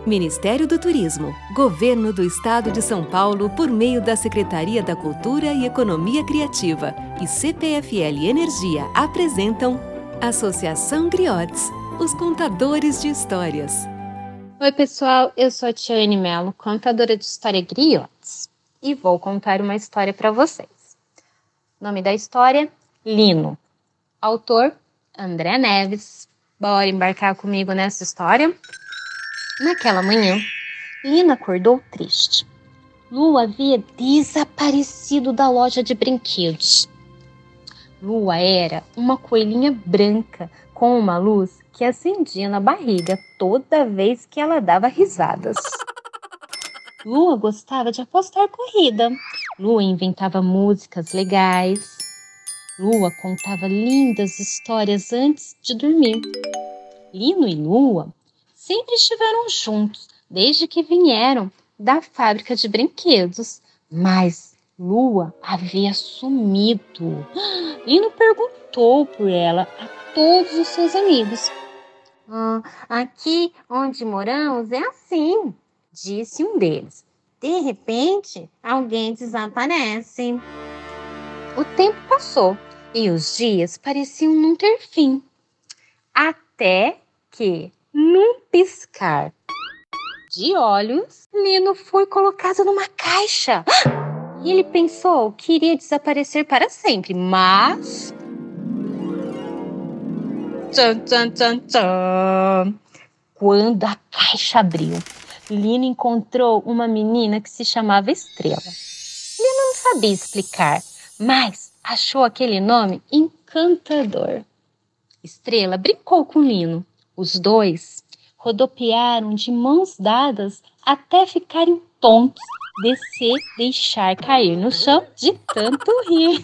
Ministério do Turismo, Governo do Estado de São Paulo, por meio da Secretaria da Cultura e Economia Criativa e CPFL Energia apresentam Associação Griotes, os contadores de histórias. Oi pessoal, eu sou a Tiane Mello, contadora de história Griotes, e vou contar uma história para vocês. Nome da história, Lino. Autor, André Neves. Bora embarcar comigo nessa história? Naquela manhã, Lino acordou triste. Lu havia desaparecido da loja de brinquedos. Lua era uma coelhinha branca com uma luz que acendia na barriga toda vez que ela dava risadas. Lua gostava de apostar corrida. Lua inventava músicas legais. Lua contava lindas histórias antes de dormir. Lino e Lua sempre estiveram juntos desde que vieram da fábrica de brinquedos, mas Lua havia sumido. Lino perguntou por ela a todos os seus amigos. Aqui onde moramos é assim, disse um deles. De repente, alguém desaparece. O tempo passou e os dias pareciam não ter fim. Até que, num piscar de olhos, Lino foi colocado numa caixa. E ele pensou que iria desaparecer para sempre, mas... Tchan, tchan, tchan, tchan. Quando a caixa abriu, Lino encontrou uma menina que se chamava Estrela. Lino não sabia explicar, mas achou aquele nome encantador. Estrela brincou com Lino. Os dois rodopiaram de mãos dadas até ficarem tontos de se deixar cair no chão de tanto rir.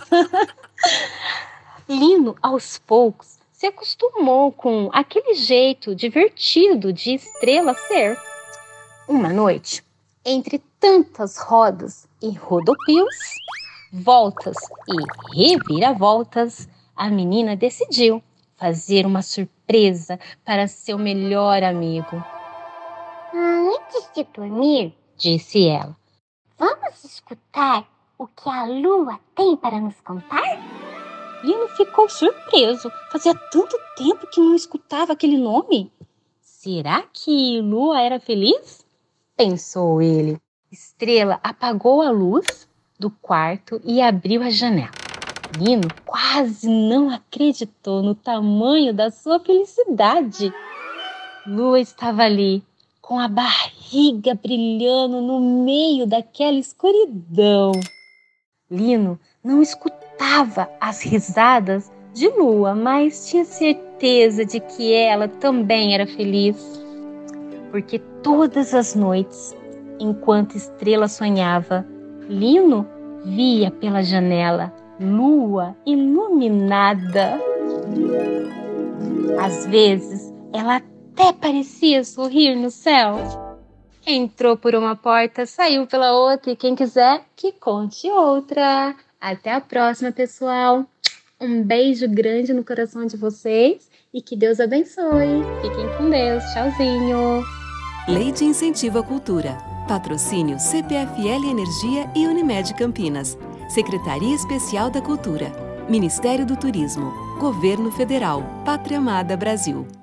Lino, aos poucos, se acostumou com aquele jeito divertido de Estrela ser. Uma noite, entre tantas rodas e rodopios, voltas e reviravoltas, a menina decidiu fazer uma surpresa para seu melhor amigo. Antes de dormir, disse ela, vamos escutar o que a lua tem para nos contar? Lino ficou surpreso. Fazia tanto tempo que não escutava aquele nome. Será que Lua era feliz? Pensou ele. Estrela apagou a luz do quarto e abriu a janela. Lino quase não acreditou no tamanho da sua felicidade. Lua estava ali, com a barriga brilhando no meio daquela escuridão. Lino não escutava as risadas de Lua, mas tinha certeza de que ela também era feliz. Porque todas as noites, enquanto Estrela sonhava, Lino via pela janela Lua iluminada. Às vezes, ela até parecia sorrir no céu. Entrou por uma porta, saiu pela outra e quem quiser que conte outra. Até a próxima, pessoal. Um beijo grande no coração de vocês e que Deus abençoe. Fiquem com Deus. Tchauzinho. Lei de Incentivo à Cultura. Patrocínio CPFL Energia e Unimed Campinas. Secretaria Especial da Cultura. Ministério do Turismo. Governo Federal. Pátria Amada Brasil.